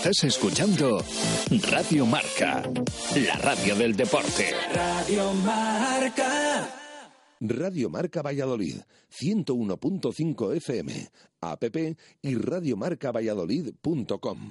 Estás escuchando Radio Marca, la radio del deporte. Radio Marca. Radio Marca Valladolid, 101.5 FM, app y radiomarcavalladolid.com.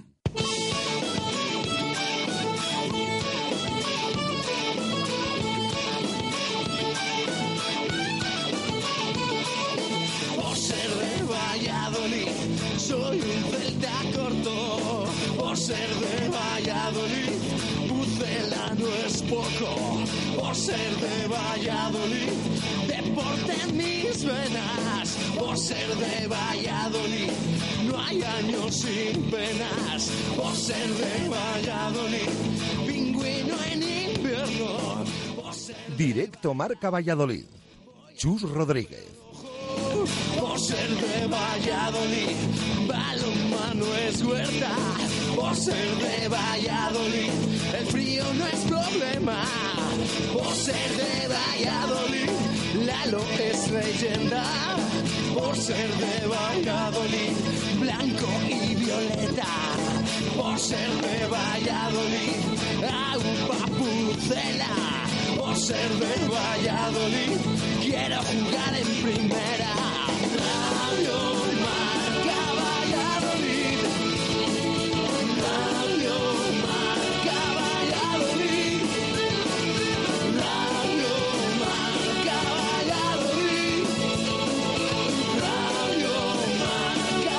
Por ser de Valladolid, soy un celta corto. Por ser de Valladolid, Pucela no es poco. Por ser de Valladolid, deporte en mis venas. Por ser de Valladolid, no hay años sin penas. Por ser de Valladolid, pingüino en invierno. Directo Marca Valladolid. Chus Rodríguez. Por ser de Valladolid, balonmano es huerta. Por ser de Valladolid, el frío no es problema. Por ser de Valladolid, Lalo es leyenda. Por ser de Valladolid, blanco y violeta. Por ser de Valladolid, Aupa Pucela. Por ser de Valladolid, quiero jugar en primera. Radio Marca Valladolid. Radio Marca Valladolid. Radio Marca Valladolid. Radio Marca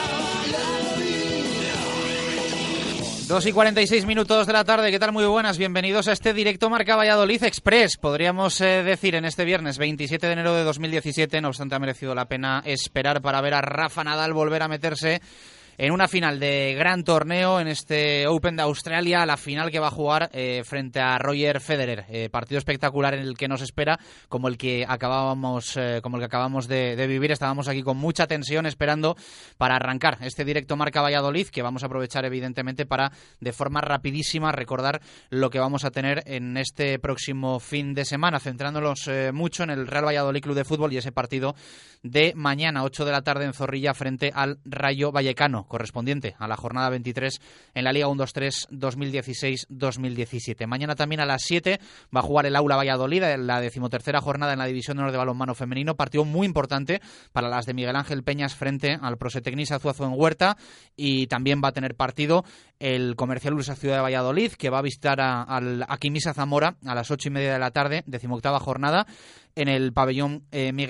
Valladolid. 2:46 de la tarde, ¿qué tal? Muy buenas, bienvenidos a este Directo Marca Valladolid Express. Podríamos decir en este viernes 27 de enero de 2017, no obstante ha merecido la pena esperar para ver a Rafa Nadal volver a meterse en una final de gran torneo, en este Open de Australia, la final que va a jugar frente a Roger Federer. Partido espectacular en el que nos espera, como el que acabamos de vivir. Estábamos aquí con mucha tensión esperando para arrancar este Directo Marca Valladolid, que vamos a aprovechar evidentemente para, de forma rapidísima, recordar lo que vamos a tener en este próximo fin de semana, centrándonos mucho en el Real Valladolid Club de Fútbol y ese partido de mañana, 8 de la tarde en Zorrilla, frente al Rayo Vallecano, correspondiente a la jornada 23 en la Liga 1-2-3 2016-2017. Mañana también a las 7 va a jugar el Aula Valladolid, la 13ª jornada en la División de Honor de Balonmano Femenino, partido muy importante para las de Miguel Ángel Peñas frente al Prosetecnis Azuazo en Huerta, y también va a tener partido el Comercial Ursa Ciudad de Valladolid, que va a visitar a Quimisa Zamora a las 8:30 de la tarde, 18ª jornada, en el pabellón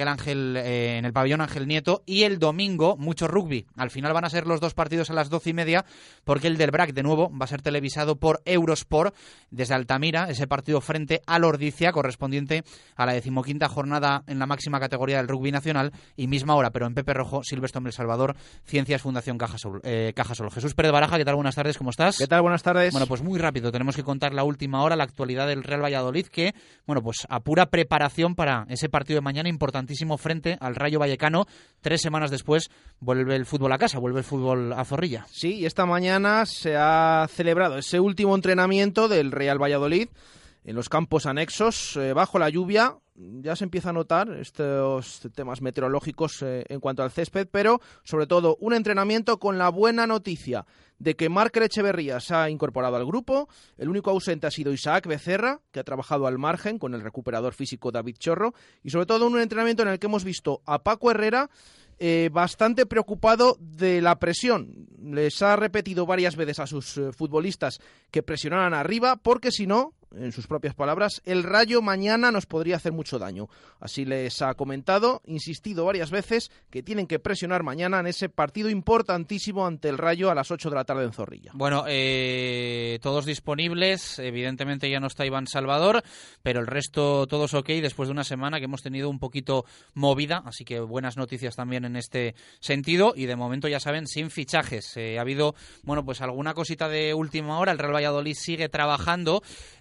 en el pabellón Ángel Nieto. Y el domingo mucho rugby. Al final van a ser los dos partidos a las 12:30, porque el del BRAC de nuevo va a ser televisado por Eurosport desde Altamira, ese partido frente al Ordizia, correspondiente a la 15ª jornada en la máxima categoría del rugby nacional, y misma hora, pero en Pepe Rojo, Silverstone El Salvador, Ciencias Fundación Cajasol. Jesús Pérez Baraja, ¿qué tal? Buenas tardes, ¿cómo estás? ¿Qué tal? Buenas tardes. Bueno, pues muy rápido, tenemos que contar la última hora, la actualidad del Real Valladolid, que, bueno, pues a pura preparación para ese partido de mañana importantísimo frente al Rayo Vallecano. 3 semanas después vuelve el fútbol a casa, vuelve el fútbol a Zorrilla. Sí, y esta mañana se ha celebrado ese último entrenamiento del Real Valladolid en los campos anexos, bajo la lluvia. Ya se empieza a notar estos temas meteorológicos en cuanto al césped, pero sobre todo un entrenamiento con la buena noticia de que Markel Echeverría se ha incorporado al grupo. El único ausente ha sido Isaac Becerra, que ha trabajado al margen con el recuperador físico David Chorro, y sobre todo un entrenamiento en el que hemos visto a Paco Herrera bastante preocupado de la presión. Les ha repetido varias veces a sus futbolistas que presionaran arriba, porque si no, en sus propias palabras, el Rayo mañana nos podría hacer mucho daño. Así les ha comentado, insistido varias veces, que tienen que presionar mañana en ese partido importantísimo ante el Rayo a las 8 de la tarde en Zorrilla. Bueno, todos disponibles, evidentemente ya no está Iván Salvador, pero el resto todos ok, después de una semana que hemos tenido un poquito movida, así que buenas noticias también en este sentido, y de momento ya saben, sin fichajes. Ha habido, bueno, pues alguna cosita de última hora, el Real Valladolid sigue trabajando.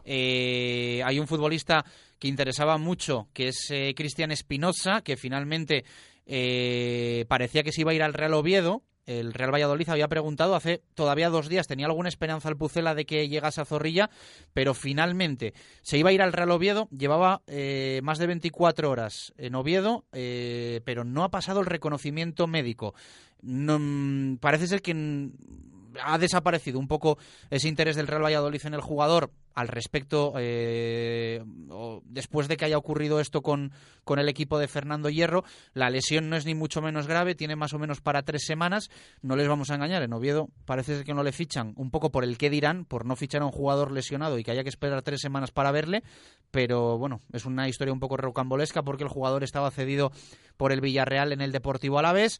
Hay un futbolista que interesaba mucho, que es Cristian Espinosa, que finalmente parecía que se iba a ir al Real Oviedo. El Real Valladolid había preguntado hace todavía 2 días, tenía alguna esperanza al Pucela de que llegase a Zorrilla, pero finalmente se iba a ir al Real Oviedo. Llevaba más de 24 horas en Oviedo, pero no ha pasado el reconocimiento médico. No, parece ser que ha desaparecido un poco ese interés del Real Valladolid en el jugador al respecto, después de que haya ocurrido esto con el equipo de Fernando Hierro. La lesión no es ni mucho menos grave, tiene más o menos para 3 semanas. No les vamos a engañar, en Oviedo parece ser que no le fichan, un poco por el qué dirán, por no fichar a un jugador lesionado y que haya que esperar 3 semanas para verle, pero bueno, es una historia un poco rocambolesca porque el jugador estaba cedido por el Villarreal en el Deportivo Alavés,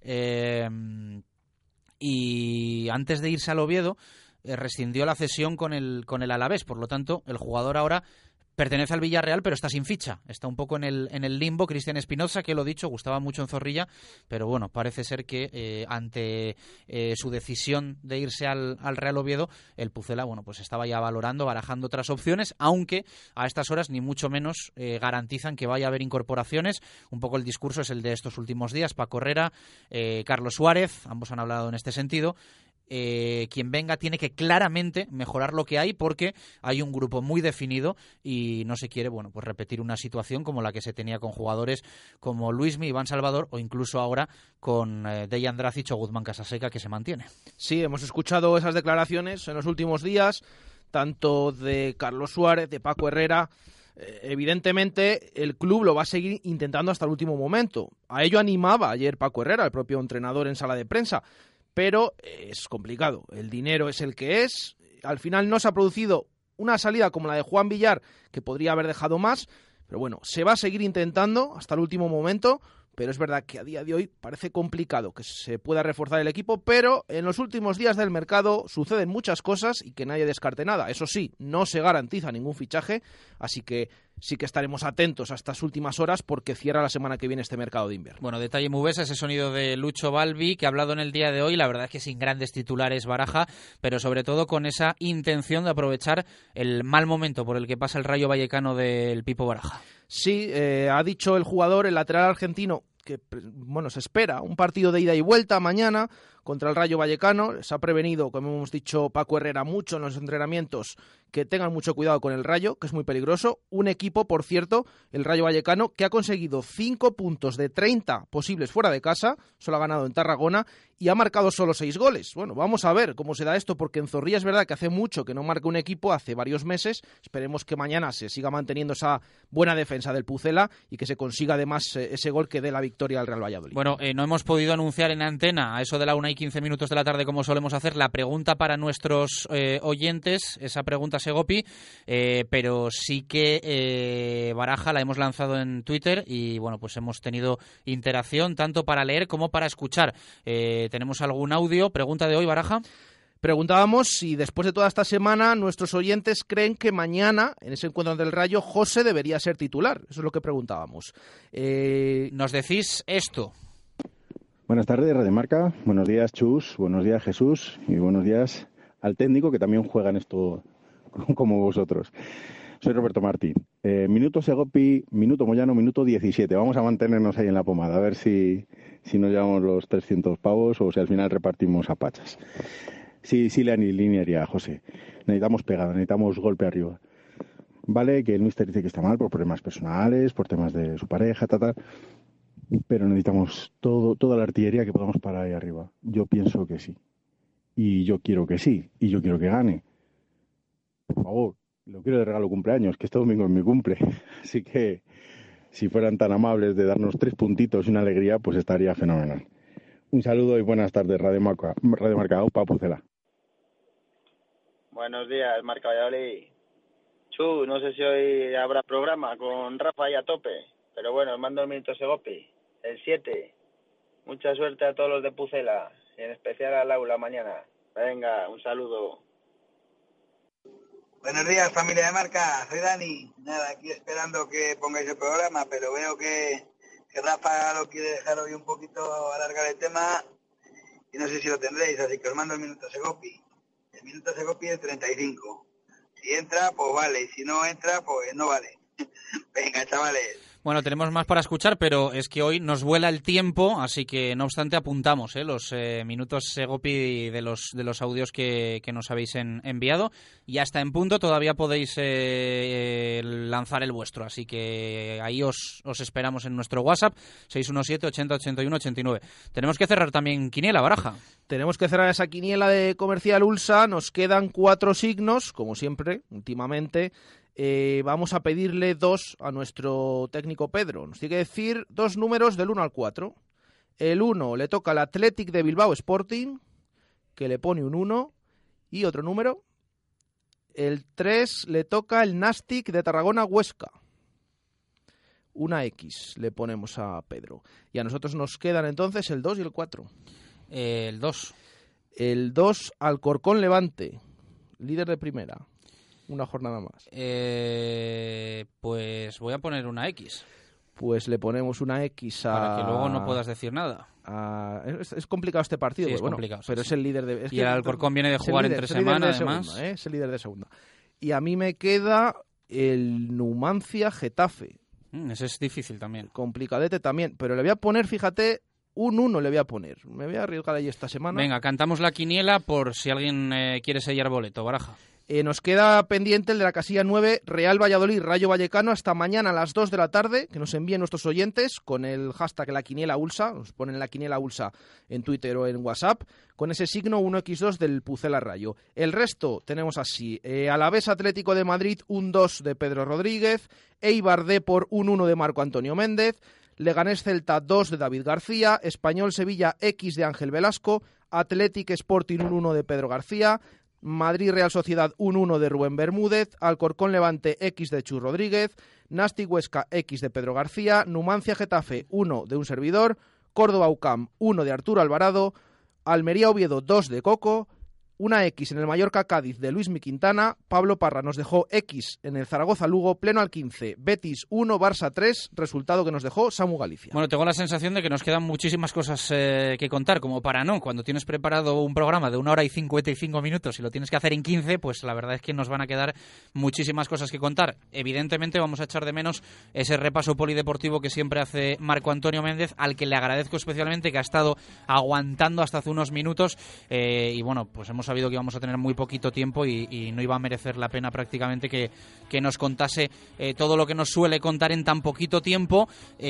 y antes de irse al Oviedo rescindió la cesión con el Alavés. Por lo tanto, el jugador ahora pertenece al Villarreal, pero está sin ficha. Está un poco en el limbo. Cristian Espinoza, que lo dicho, gustaba mucho en Zorrilla, pero bueno, parece ser que ante su decisión de irse al Real Oviedo, el Pucela, bueno, pues estaba ya barajando otras opciones, aunque a estas horas ni mucho menos garantizan que vaya a haber incorporaciones. Un poco el discurso es el de estos últimos días. Paco Herrera, Carlos Suárez, ambos han hablado en este sentido. Quien venga tiene que claramente mejorar lo que hay, porque hay un grupo muy definido y no se quiere, bueno, pues repetir una situación como la que se tenía con jugadores como Luismi, Iván Salvador o incluso ahora con Dejan Dracic o Guzmán Casaseca, que se mantiene. Sí, hemos escuchado esas declaraciones en los últimos días, tanto de Carlos Suárez, de Paco Herrera. Evidentemente el club lo va a seguir intentando hasta el último momento. A ello animaba ayer Paco Herrera, el propio entrenador, en sala de prensa. Pero es complicado, el dinero es el que es. Al final no se ha producido una salida como la de Juan Villar, que podría haber dejado más, pero bueno, se va a seguir intentando hasta el último momento, pero es verdad que a día de hoy parece complicado que se pueda reforzar el equipo, pero en los últimos días del mercado suceden muchas cosas y que nadie descarte nada. Eso sí, no se garantiza ningún fichaje, así que sí que estaremos atentos a estas últimas horas porque cierra la semana que viene este mercado de invierno. Bueno, detalle Mubesa, ese sonido de Lucho Balbi que ha hablado en el día de hoy, la verdad es que sin grandes titulares Baraja, pero sobre todo con esa intención de aprovechar el mal momento por el que pasa el Rayo Vallecano del Pipo Baraja. Sí, ha dicho el jugador, el lateral argentino, que bueno, se espera un partido de ida y vuelta mañana contra el Rayo Vallecano. Se ha prevenido, como hemos dicho Paco Herrera, mucho en los entrenamientos, que tengan mucho cuidado con el Rayo, que es muy peligroso. Un equipo, por cierto, el Rayo Vallecano, que ha conseguido 5 puntos de 30 posibles fuera de casa, solo ha ganado en Tarragona y ha marcado solo 6 goles. Bueno, vamos a ver cómo se da esto, porque en Zorrilla es verdad que hace mucho que no marca un equipo, hace varios meses. Esperemos que mañana se siga manteniendo esa buena defensa del Pucela y que se consiga además ese gol que dé la victoria al Real Valladolid. Bueno, no hemos podido anunciar en antena a eso de la 1:15 de la tarde, como solemos hacer, la pregunta para nuestros oyentes, esa pregunta Segopi, pero sí que Baraja la hemos lanzado en Twitter y bueno, pues hemos tenido interacción tanto para leer como para escuchar. ¿Tenemos algún audio? Pregunta de hoy, Baraja. Preguntábamos si después de toda esta semana nuestros oyentes creen que mañana, en ese encuentro del Rayo, José debería ser titular. Eso es lo que preguntábamos. Nos decís esto. Buenas tardes, Radio Marca. Buenos días, Chus. Buenos días, Jesús. Y buenos días al técnico, que también juega en esto como vosotros. Soy Roberto Martín. Minuto Segopi, minuto Moyano, minuto 17. Vamos a mantenernos ahí en la pomada, a ver si nos llevamos los 300 pavos o si al final repartimos a pachas. Sí, le alinearía a José. Necesitamos pegada, necesitamos golpe arriba. Vale, que el míster dice que está mal por problemas personales, por temas de su pareja, pero necesitamos toda la artillería que podamos parar ahí arriba. Yo pienso que sí. Y yo quiero que sí. Y yo quiero que gane. Por favor, lo quiero de regalo cumpleaños, que este domingo es mi cumple. Así que si fueran tan amables de darnos 3 puntitos y una alegría, pues estaría fenomenal. Un saludo y buenas tardes, Radio Marca. Aupa, Pucela. Buenos días, Marca Valladolid. Chu, no sé si hoy habrá programa con Rafa ahí a tope, pero bueno, os mando el minuto Segopi. El 7. Mucha suerte a todos los de Pucela, y en especial al aula mañana. Venga, un saludo. Buenos días, familia de Marca. Soy Dani. Nada, aquí esperando que pongáis el programa, pero veo que Rafa lo quiere dejar hoy un poquito alargar el tema y no sé si lo tendréis, así que os mando el minuto Segopi. El minuto Segopi es 35. Si entra, pues vale, y si no entra, pues no vale. Venga, chavales. Bueno, tenemos más para escuchar, pero es que hoy nos vuela el tiempo, así que no obstante apuntamos los minutos Segopi de los audios que nos habéis enviado. Y hasta en punto todavía podéis lanzar el vuestro, así que ahí os esperamos en nuestro WhatsApp, 617 80 81 89. Tenemos que cerrar también quiniela, Baraja. Tenemos que cerrar esa quiniela de Comercial Ulsa, nos quedan 4 signos, como siempre, últimamente. Vamos a pedirle 2 a nuestro técnico Pedro. Nos tiene que decir 2 números del 1 al 4. El 1 le toca al Athletic de Bilbao Sporting, que le pone un 1, y otro número. El 3 le toca el Nastic de Tarragona Huesca. Una X le ponemos a Pedro. Y a nosotros nos quedan entonces el 2 y el 4. El 2. El 2 Alcorcón Levante, líder de primera. Una jornada más. Pues voy a poner una X. Pues le ponemos una X para que luego no puedas decir nada. Es complicado este partido, sí, pues, es complicado, pero sí. Es el líder de... Y el Alcorcón viene de jugar entre semana, además. Es el líder de segunda. Y a mí me queda el Numancia Getafe. Ese es difícil también. Complicadete también, pero le voy a poner, fíjate, un 1 le voy a poner. Me voy a arriesgar ahí esta semana. Venga, cantamos la quiniela por si alguien quiere sellar boleto, Baraja. Nos queda pendiente el de la casilla 9, Real Valladolid, Rayo Vallecano, hasta mañana a las 2 de la tarde, que nos envíen nuestros oyentes con el hashtag La Quiniela Ulsa, nos ponen La Quiniela Ulsa en Twitter o en WhatsApp, con ese signo 1x2 del Pucela Rayo. El resto tenemos así, Alavés Atlético de Madrid, 1-2 de Pedro Rodríguez, Eibar Depor, 1-1 de Marco Antonio Méndez, Leganés Celta, 2 de David García, Español Sevilla, X de Ángel Velasco, Athletic Sporting, 1-1 de Pedro García, Madrid Real Sociedad 1-1 de Rubén Bermúdez, Alcorcón Levante X de Chus Rodríguez, Nastic Huesca X de Pedro García, Numancia Getafe 1 de un servidor, Córdoba UCAM 1 de Arturo Alvarado, Almería Oviedo 2 de Coco, una X en el Mallorca Cádiz de Luismi Quintana, Pablo Parra nos dejó X en el Zaragoza Lugo, pleno al 15, Betis 1, Barça 3, resultado que nos dejó Samu Galicia. Bueno, tengo la sensación de que nos quedan muchísimas cosas que contar, como para no, cuando tienes preparado un programa de 1 hora y 55 minutos y lo tienes que hacer en 15, pues la verdad es que nos van a quedar muchísimas cosas que contar. Evidentemente vamos a echar de menos ese repaso polideportivo que siempre hace Marco Antonio Méndez, al que le agradezco especialmente, que ha estado aguantando hasta hace unos minutos y bueno, pues hemos sabido que íbamos a tener muy poquito tiempo y no iba a merecer la pena prácticamente que nos contase todo lo que nos suele contar en tan poquito tiempo,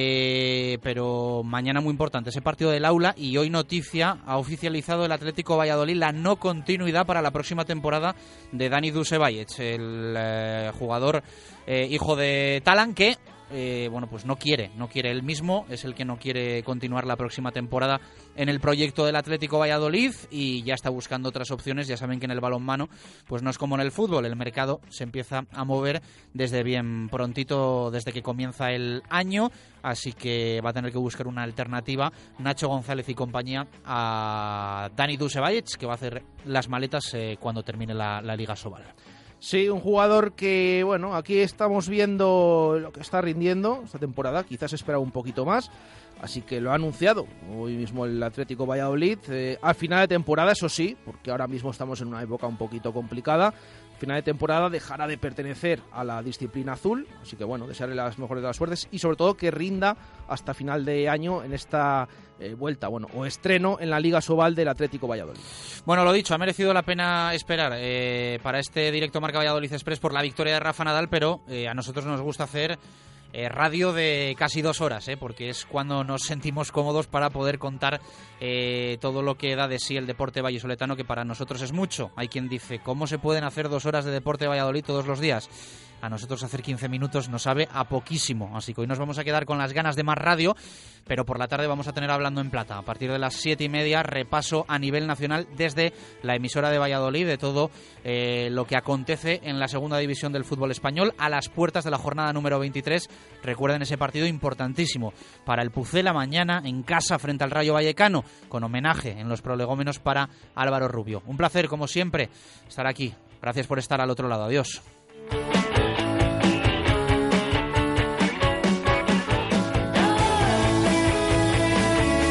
pero mañana muy importante ese partido del Aula, y hoy noticia, ha oficializado el Atlético Valladolid la no continuidad para la próxima temporada de Dani Dusebayev, el jugador hijo de Talan, que bueno, pues no quiere él mismo, es el que no quiere continuar la próxima temporada en el proyecto del Atlético Valladolid y ya está buscando otras opciones. Ya saben que en el balonmano pues no es como en el fútbol, el mercado se empieza a mover desde bien prontito, desde que comienza el año, así que va a tener que buscar una alternativa Nacho González y compañía a Dani Dusebayev, que va a hacer las maletas cuando termine la Liga Sobal. Sí, un jugador que, bueno, aquí estamos viendo lo que está rindiendo esta temporada, quizás esperaba un poquito más, así que lo ha anunciado hoy mismo el Atlético Valladolid, al final de temporada, eso sí, porque ahora mismo estamos en una época un poquito complicada. Final de temporada dejará de pertenecer a la disciplina azul, así que bueno, desearle las mejores de las suertes y sobre todo que rinda hasta final de año en esta vuelta, bueno, o estreno en la Liga Sobal del Atlético Valladolid. Bueno, lo dicho, ha merecido la pena esperar para este directo Marca Valladolid Express por la victoria de Rafa Nadal, pero a nosotros nos gusta hacer radio de casi 2 horas, porque es cuando nos sentimos cómodos para poder contar todo lo que da de sí el deporte vallisoletano, que para nosotros es mucho. Hay quien dice, ¿cómo se pueden hacer 2 horas de deporte Valladolid todos los días? A nosotros hacer 15 minutos nos sabe a poquísimo, así que hoy nos vamos a quedar con las ganas de más radio, pero por la tarde vamos a tener Hablando en Plata. A partir de las 7:30, repaso a nivel nacional desde la emisora de Valladolid de todo lo que acontece en la segunda división del fútbol español a las puertas de la jornada número 23. Recuerden ese partido importantísimo para el Pucela mañana en casa frente al Rayo Vallecano, con homenaje en los prolegómenos para Álvaro Rubio. Un placer, como siempre, estar aquí. Gracias por estar al otro lado. Adiós.